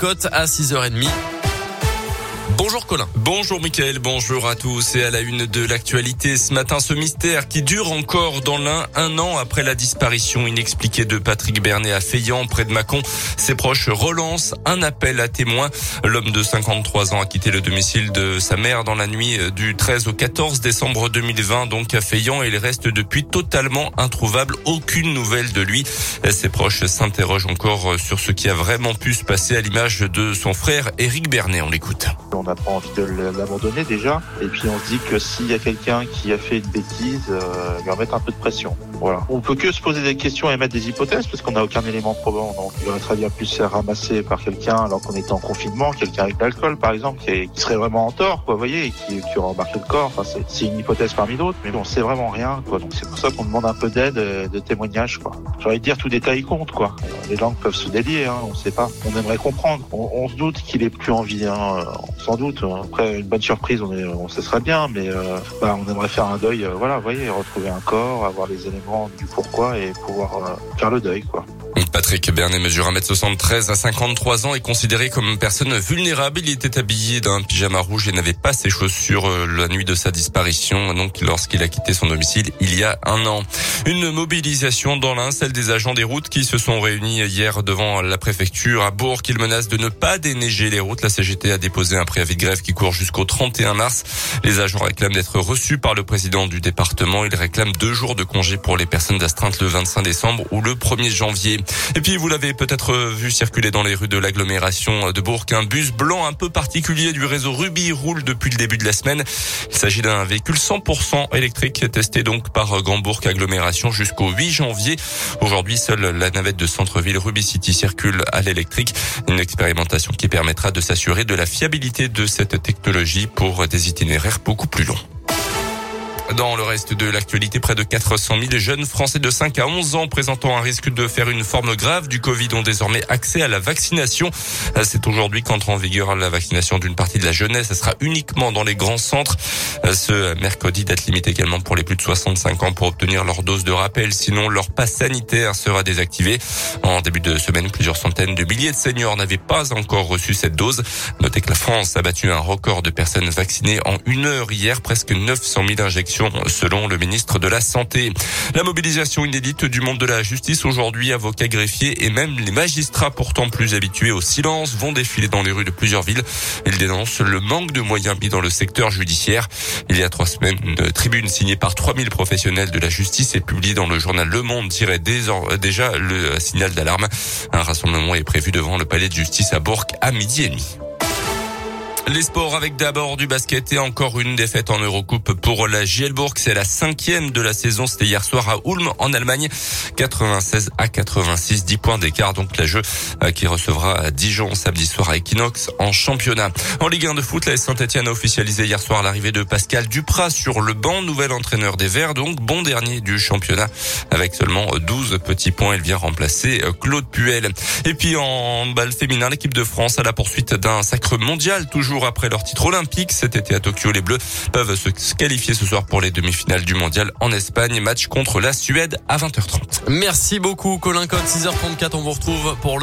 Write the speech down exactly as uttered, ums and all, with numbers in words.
Cotte à six heures trente. Bonjour Colin. Bonjour Mickaël, bonjour à tous. Et à la une de l'actualité ce matin, ce mystère qui dure encore dans l'Ain un an après la disparition inexpliquée de Patrick Bernet à Feillan, près de Mâcon. Ses proches relancent un appel à témoins. L'homme de cinquante-trois ans a quitté le domicile de sa mère dans la nuit du treize au quatorze décembre deux mille vingt, donc à Feillan, et il reste depuis totalement introuvable. Aucune nouvelle de lui. Ses proches s'interrogent encore sur ce qui a vraiment pu se passer, à l'image de son frère Éric Bernet. On l'écoute. On n'a pas envie de l'abandonner déjà, et puis on se dit que s'il y a quelqu'un qui a fait une bêtise, euh, lui remettre un peu de pression. Voilà. On peut que se poser des questions et mettre des hypothèses parce qu'on n'a aucun élément probant. Donc il aurait très bien pu se faire ramasser par quelqu'un alors qu'on était en confinement, quelqu'un avec de l'alcool par exemple, qui, est, qui serait vraiment en tort, quoi, vous voyez, et qui, qui aurait embarqué le corps. Enfin, c'est, c'est une hypothèse parmi d'autres, mais on sait vraiment rien, quoi. Donc c'est pour ça qu'on demande un peu d'aide, de témoignages, quoi. J'ai envie de dire, tout détail compte, quoi. Les langues peuvent se délier, hein, on sait pas. On aimerait comprendre. On, on se doute qu'il est plus en vie, hein, sans doute. Après, une bonne surprise, on, est, on ce serait bien, mais euh, bah, on aimerait faire un deuil, euh, voilà, vous voyez, retrouver un corps, avoir les éléments du pourquoi et pouvoir euh, faire le deuil, quoi. Patrick Bernet mesure un mètre soixante-treize à cinquante-trois ans, est considéré comme personne vulnérable. Il était habillé d'un pyjama rouge et n'avait pas ses chaussures la nuit de sa disparition, donc lorsqu'il a quitté son domicile il y a un an. Une mobilisation dans l'Ain, celle des agents des routes qui se sont réunis hier devant la préfecture à Bourg. Ils menacent de ne pas déneiger les routes. La C G T a déposé un préavis de grève qui court jusqu'au trente et un mars. Les agents réclament d'être reçus par le président du département. Ils réclament deux jours de congé pour les personnes d'astreinte le vingt-cinq décembre ou le premier janvier. Et puis vous l'avez peut-être vu circuler dans les rues de l'agglomération de Bourg. Un bus blanc un peu particulier du réseau Ruby roule depuis le début de la semaine. Il s'agit d'un véhicule cent pour cent électrique testé donc par Grand Bourg Agglomération jusqu'au huit janvier. Aujourd'hui, seule la navette de centre-ville Ruby City circule à l'électrique. Une expérimentation qui permettra de s'assurer de la fiabilité de cette technologie pour des itinéraires beaucoup plus longs. Dans le reste de l'actualité, près de quatre cent mille jeunes Français de cinq à onze ans présentant un risque de faire une forme grave du Covid ont désormais accès à la vaccination. C'est aujourd'hui qu'entre en vigueur la vaccination d'une partie de la jeunesse. Ce sera uniquement dans les grands centres. Ce mercredi, date limite également pour les plus de soixante-cinq ans pour obtenir leur dose de rappel. Sinon, leur passe sanitaire sera désactivé. En début de semaine, plusieurs centaines de milliers de seniors n'avaient pas encore reçu cette dose. Notez que la France a battu un record de personnes vaccinées en une heure hier, presque neuf cent mille injections selon le ministre de la Santé. La mobilisation inédite du monde de la justice aujourd'hui, avocats, greffiers et même les magistrats pourtant plus habitués au silence vont défiler dans les rues de plusieurs villes. Ils dénoncent le manque de moyens mis dans le secteur judiciaire. Il y a trois semaines, une tribune signée par trois mille professionnels de la justice et publiée dans le journal Le Monde tirait déjà le signal d'alarme. Un rassemblement est prévu devant le palais de justice à Bourg à midi et demi. Les sports avec d'abord du basket et encore une défaite en Eurocoupe pour la Gielbourg. C'est la cinquième de la saison. C'était hier soir à Ulm en Allemagne. quatre-vingt-seize à quatre-vingt-six, dix points d'écart. Donc la jeu qui recevra Dijon samedi soir à Equinox en championnat. En Ligue un de foot, la Saint-Etienne a officialisé hier soir l'arrivée de Pascal Dupraz sur le banc. Nouvel entraîneur des Verts, donc bon dernier du championnat avec seulement douze petits points. Il vient remplacer Claude Puel. Et puis en balle féminin, l'équipe de France à la poursuite d'un sacre mondial toujours après leur titre olympique cet été à Tokyo. Les Bleus peuvent se qualifier ce soir pour les demi-finales du mondial en Espagne. Match contre la Suède à vingt heures trente. Merci beaucoup Colin Cotte, six heures trente-quatre. On vous retrouve pour le